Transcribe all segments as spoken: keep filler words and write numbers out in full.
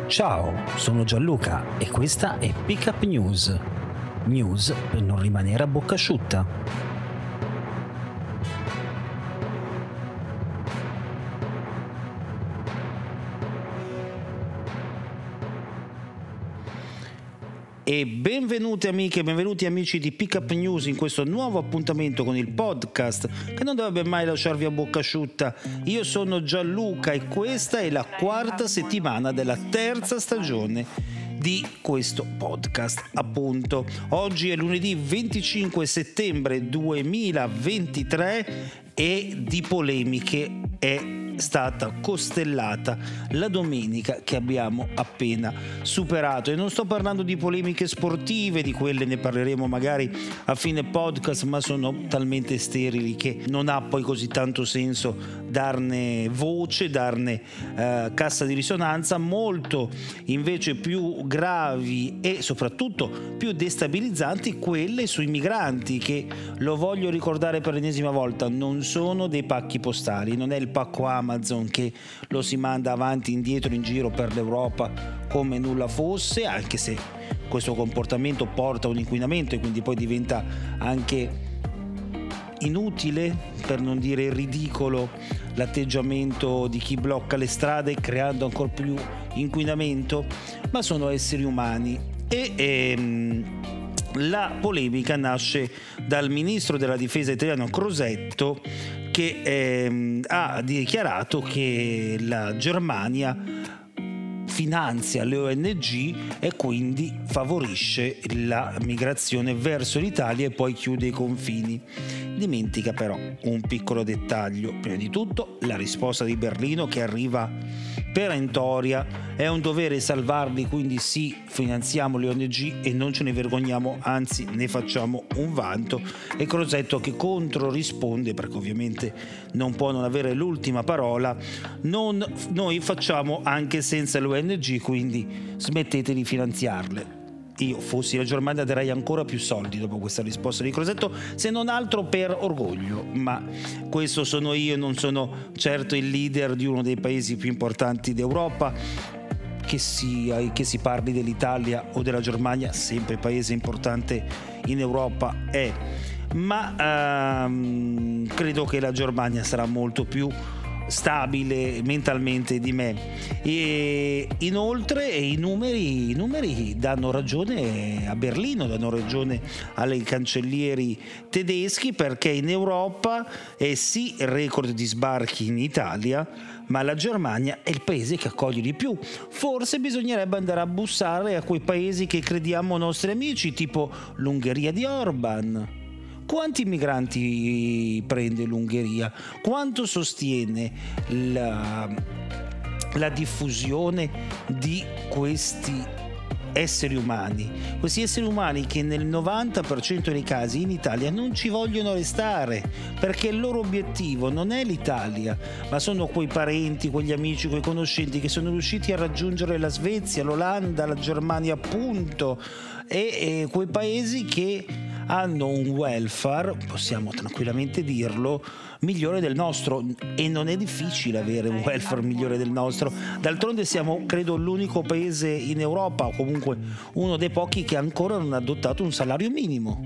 Ciao, sono Gianluca e questa è Pick Up News. News per non rimanere a bocca asciutta. E benvenuti amiche e benvenuti amici di Pick Up News in questo nuovo appuntamento con il podcast che non dovrebbe mai lasciarvi a bocca asciutta. Io sono Gianluca e questa è la quarta settimana della terza stagione di questo podcast, appunto. Oggi è lunedì venticinque settembre duemilaventitré e di polemiche è stata costellata la domenica che abbiamo appena superato, e non sto parlando di polemiche sportive, di quelle ne parleremo magari a fine podcast, ma sono talmente sterili che non ha poi così tanto senso darne voce, darne eh, cassa di risonanza. Molto invece più gravi e soprattutto più destabilizzanti quelle sui migranti, che, lo voglio ricordare per l'ennesima volta, non sono dei pacchi postali, non è il pacco Amazon che lo si manda avanti e indietro in giro per l'Europa come nulla fosse, anche se questo comportamento porta a un inquinamento e quindi poi diventa anche inutile, per non dire ridicolo, l'atteggiamento di chi blocca le strade creando ancora più inquinamento, ma sono esseri umani. E ehm, la polemica nasce dal ministro della difesa italiano Crosetto, che ehm, ha dichiarato che la Germania finanzia le O N G e quindi favorisce la migrazione verso l'Italia e poi chiude i confini. Dimentica però un piccolo dettaglio: prima di tutto la risposta di Berlino, che arriva perentoria: è un dovere salvarli, quindi sì, finanziamo le O N G e non ce ne vergogniamo, anzi ne facciamo un vanto. E Crosetto che contro risponde, perché ovviamente non può non avere l'ultima parola: non, noi facciamo anche senza le O N G, quindi smettete di finanziarle. Io fossi la Germania darei ancora più soldi dopo questa risposta di Crosetto, se non altro per orgoglio, ma questo sono io, non sono certo il leader di uno dei paesi più importanti d'Europa. Che si, che si parli dell'Italia o della Germania, sempre paese importante in Europa è, ma ehm, credo che la Germania sarà molto più stabile mentalmente di me. E inoltre i numeri, i numeri danno ragione a Berlino, danno ragione ai cancellieri tedeschi, perché in Europa è sì record di sbarchi in Italia, ma la Germania è il paese che accoglie di più. Forse bisognerebbe andare a bussare a quei paesi che crediamo nostri amici, tipo l'Ungheria di Orban. Quanti migranti prende l'Ungheria? Quanto sostiene la, la diffusione di questi esseri umani? Questi esseri umani che nel novanta per cento dei casi in Italia non ci vogliono restare, perché il loro obiettivo non è l'Italia, ma sono quei parenti, quegli amici, quei conoscenti che sono riusciti a raggiungere la Svezia, l'Olanda, la Germania appunto, e, e quei paesi che hanno un welfare, possiamo tranquillamente dirlo, migliore del nostro, e non è difficile avere un welfare migliore del nostro. D'altronde siamo, credo, l'unico paese in Europa, o comunque uno dei pochi, che ancora non ha adottato un salario minimo.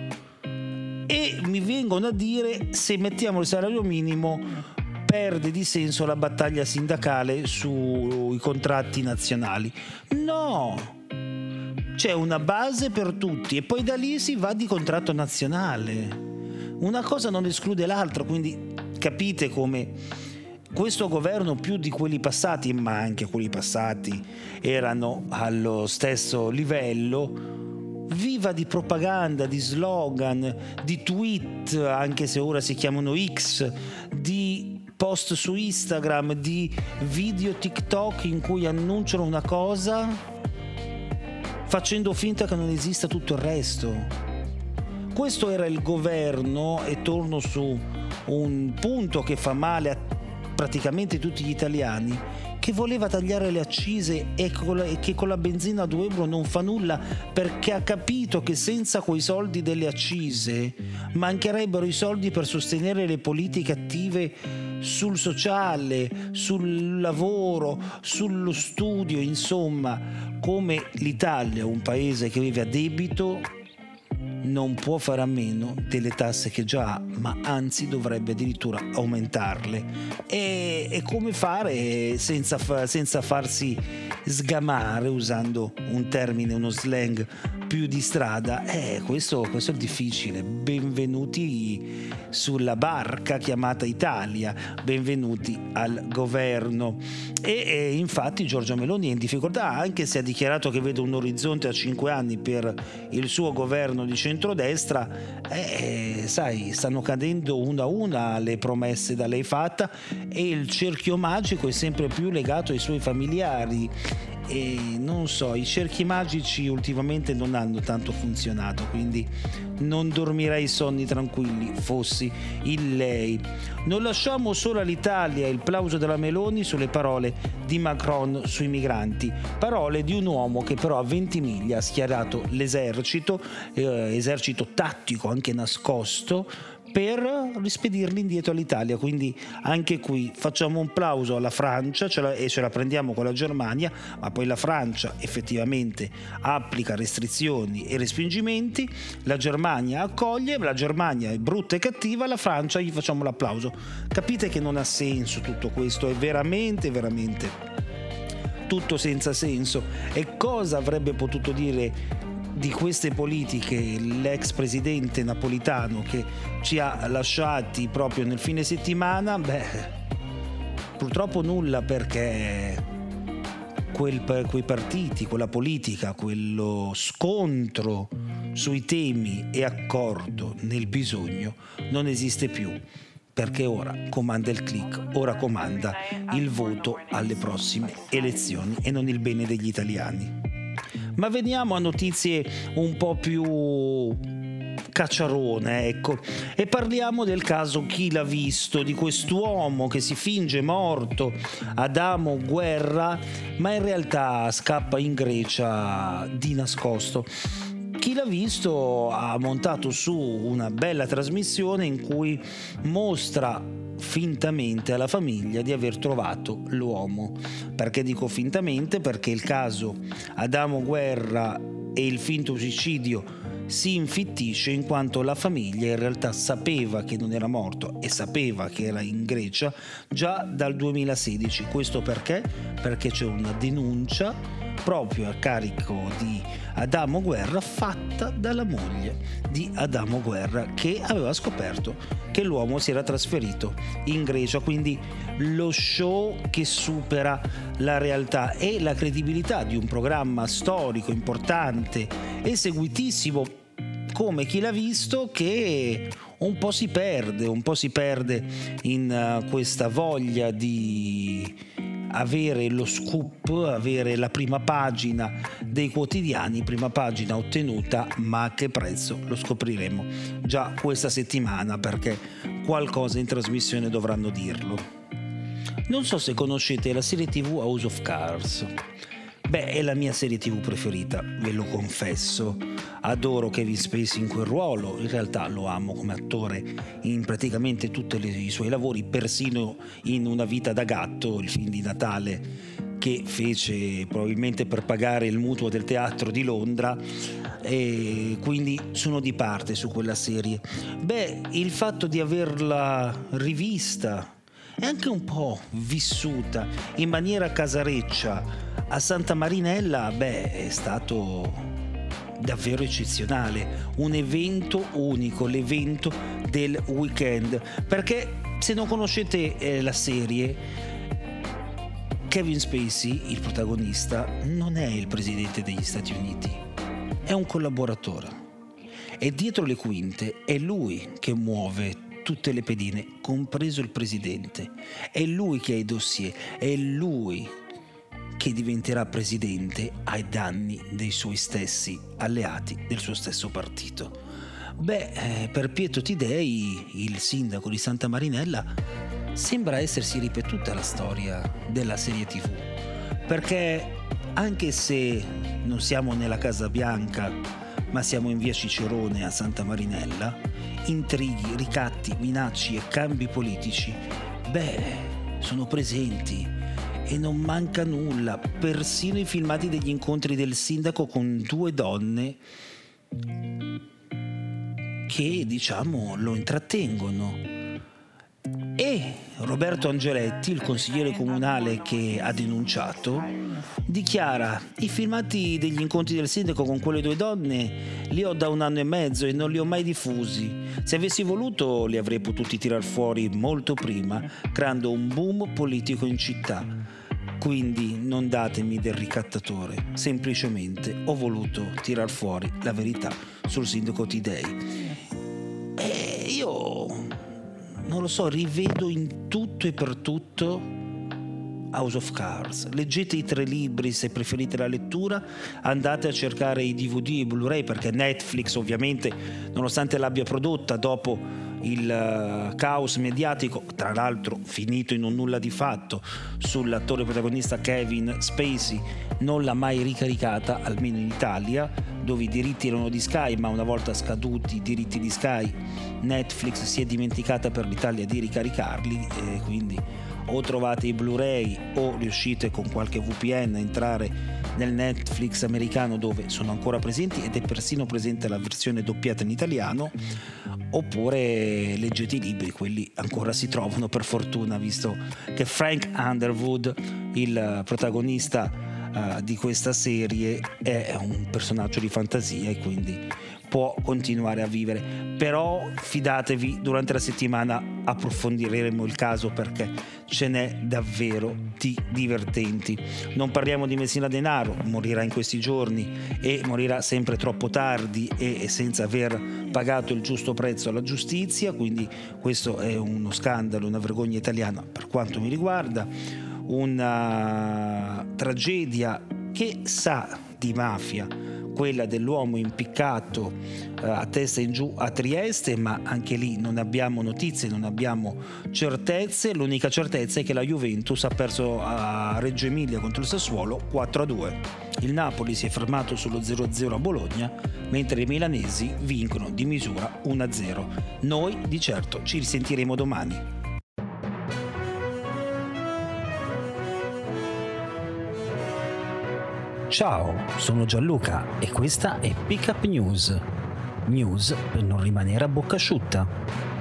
E mi vengono a dire: se mettiamo il salario minimo perde di senso la battaglia sindacale sui contratti nazionali. No! C'è una base per tutti e poi da lì si va di contratto nazionale. Una cosa non esclude l'altra, quindi capite come questo governo, più di quelli passati, ma anche quelli passati erano allo stesso livello, viva di propaganda, di slogan, di tweet, anche se ora si chiamano X, di post su Instagram, di video TikTok in cui annunciano una cosa facendo finta che non esista tutto il resto. Questo era il governo, e torno su un punto che fa male a praticamente tutti gli italiani, che voleva tagliare le accise e che con la benzina a due euro non fa nulla, perché ha capito che senza quei soldi delle accise mancherebbero i soldi per sostenere le politiche attive sul sociale, sul lavoro, sullo studio, insomma, come l'Italia, un paese che vive a debito, non può fare a meno delle tasse che già ha, ma anzi dovrebbe addirittura aumentarle. E, e come fare senza, fa, senza farsi sgamare, usando un termine, uno slang più di strada? Eh, questo, questo è difficile. Benvenuti sulla barca chiamata Italia, benvenuti al governo. E, e infatti Giorgia Meloni è in difficoltà, anche se ha dichiarato che vede un orizzonte a cinque anni per il suo governo di centrodestra. Eh, sai, stanno cadendo una a una le promesse da lei fatta e il cerchio magico è sempre più legato ai suoi familiari. E non so, i cerchi magici ultimamente non hanno tanto funzionato, quindi non dormirei sonni tranquilli fossi in lei. Non lasciamo solo all'Italia il plauso della Meloni sulle parole di Macron sui migranti, parole di un uomo che però a Ventimiglia ha schierato l'esercito, eh, esercito tattico anche nascosto, per rispedirli indietro all'Italia. Quindi anche qui facciamo un plauso alla Francia, ce la, e ce la prendiamo con la Germania, ma poi la Francia effettivamente applica restrizioni e respingimenti, la Germania accoglie, la Germania è brutta e cattiva, la Francia gli facciamo l'applauso. Capite che non ha senso tutto questo, è veramente veramente tutto senza senso. E cosa avrebbe potuto dire di queste politiche l'ex presidente napolitano che ci ha lasciati proprio nel fine settimana? Beh, purtroppo nulla, perché quel, quei partiti, quella politica, quello scontro sui temi e accordo nel bisogno non esiste più, perché ora comanda il click, ora comanda il voto alle prossime elezioni e non il bene degli italiani. Ma veniamo a notizie un po' più cacciarone, ecco, e parliamo del caso Chi l'ha visto, di quest'uomo che si finge morto, Adamo Guerra, ma in realtà scappa in Grecia di nascosto. Chi l'ha visto ha montato su una bella trasmissione in cui mostra fintamente alla famiglia di aver trovato l'uomo. Perché dico fintamente? Perché il caso Adamo Guerra e il finto suicidio si infittisce, in quanto la famiglia in realtà sapeva che non era morto e sapeva che era in Grecia già dal duemilasedici. Questo perché? Perché c'è una denuncia proprio a carico di Adamo Guerra fatta dalla moglie di Adamo Guerra, che aveva scoperto che l'uomo si era trasferito in Grecia. Quindi lo show che supera la realtà e la credibilità di un programma storico importante e seguitissimo come Chi l'ha visto, che un po' si perde, un po' si perde in uh, questa voglia di avere lo scoop, avere la prima pagina dei quotidiani, prima pagina ottenuta, ma a che prezzo lo scopriremo già questa settimana, perché qualcosa in trasmissione dovranno dirlo. Non so se conoscete la serie tv House of Cards. Beh, è la mia serie tv preferita, ve lo confesso. Adoro Kevin Spacey in quel ruolo, in realtà lo amo come attore in praticamente tutti i suoi lavori, persino in Una vita da gatto, il film di Natale che fece probabilmente per pagare il mutuo del teatro di Londra, e quindi sono di parte su quella serie. Beh, il fatto di averla rivista e anche un po' vissuta in maniera casareccia a Santa Marinella, beh, è stato davvero eccezionale, un evento unico, l'evento del weekend. Perché se non conoscete eh, la serie, Kevin Spacey, il protagonista, non è il presidente degli Stati Uniti, è un collaboratore, e dietro le quinte è lui che muove tutte le pedine, compreso il presidente. È lui che ha i dossier, è lui che diventerà presidente ai danni dei suoi stessi alleati, del suo stesso partito. Beh, eh, per Pietro Tidei, il sindaco di Santa Marinella, sembra essersi ripetuta la storia della serie tivù, perché anche se non siamo nella Casa Bianca, ma siamo in via Cicerone a Santa Marinella, intrighi, ricatti, minacce e cambi politici, beh, sono presenti e non manca nulla, persino i filmati degli incontri del sindaco con due donne che, diciamo, lo intrattengono. E Roberto Angeletti, il consigliere comunale che ha denunciato, dichiara: i filmati degli incontri del sindaco con quelle due donne li ho da un anno e mezzo e non li ho mai diffusi. Se avessi voluto li avrei potuti tirar fuori molto prima, creando un boom politico in città. Quindi non datemi del ricattatore, semplicemente ho voluto tirar fuori la verità sul sindaco T-Day. E io non lo so, rivedo in tutto e per tutto House of Cards. Leggete i tre libri se preferite la lettura, andate a cercare i D V D e i Blu-ray, perché Netflix ovviamente, nonostante l'abbia prodotta dopo il uh, caos mediatico, tra l'altro finito in un nulla di fatto, sull'attore protagonista Kevin Spacey, non l'ha mai ricaricata, almeno in Italia, dove i diritti erano di Sky, ma una volta scaduti i diritti di Sky, Netflix si è dimenticata per l'Italia di ricaricarli, e quindi o trovate i Blu-ray o riuscite con qualche V P N a entrare nel Netflix americano, dove sono ancora presenti ed è persino presente la versione doppiata in italiano, oppure leggete i libri, quelli ancora si trovano per fortuna, visto che Frank Underwood, il protagonista uh, di questa serie, è un personaggio di fantasia e quindi può continuare a vivere. Però fidatevi, durante la settimana approfondiremo il caso, perché ce n'è davvero di divertenti. Non parliamo di Messina Denaro, morirà in questi giorni e morirà sempre troppo tardi e senza aver pagato il giusto prezzo alla giustizia, quindi questo è uno scandalo, una vergogna italiana per quanto mi riguarda, una tragedia che sa di mafia, quella dell'uomo impiccato eh, a testa in giù a Trieste, ma anche lì non abbiamo notizie, non abbiamo certezze. L'unica certezza è che la Juventus ha perso a Reggio Emilia contro il Sassuolo quattro a due. Il Napoli si è fermato sullo zero a zero a Bologna, mentre i milanesi vincono di misura uno a zero. Noi di certo ci risentiremo domani. Ciao, sono Gianluca e questa è Pick Up News. News per non rimanere a bocca asciutta.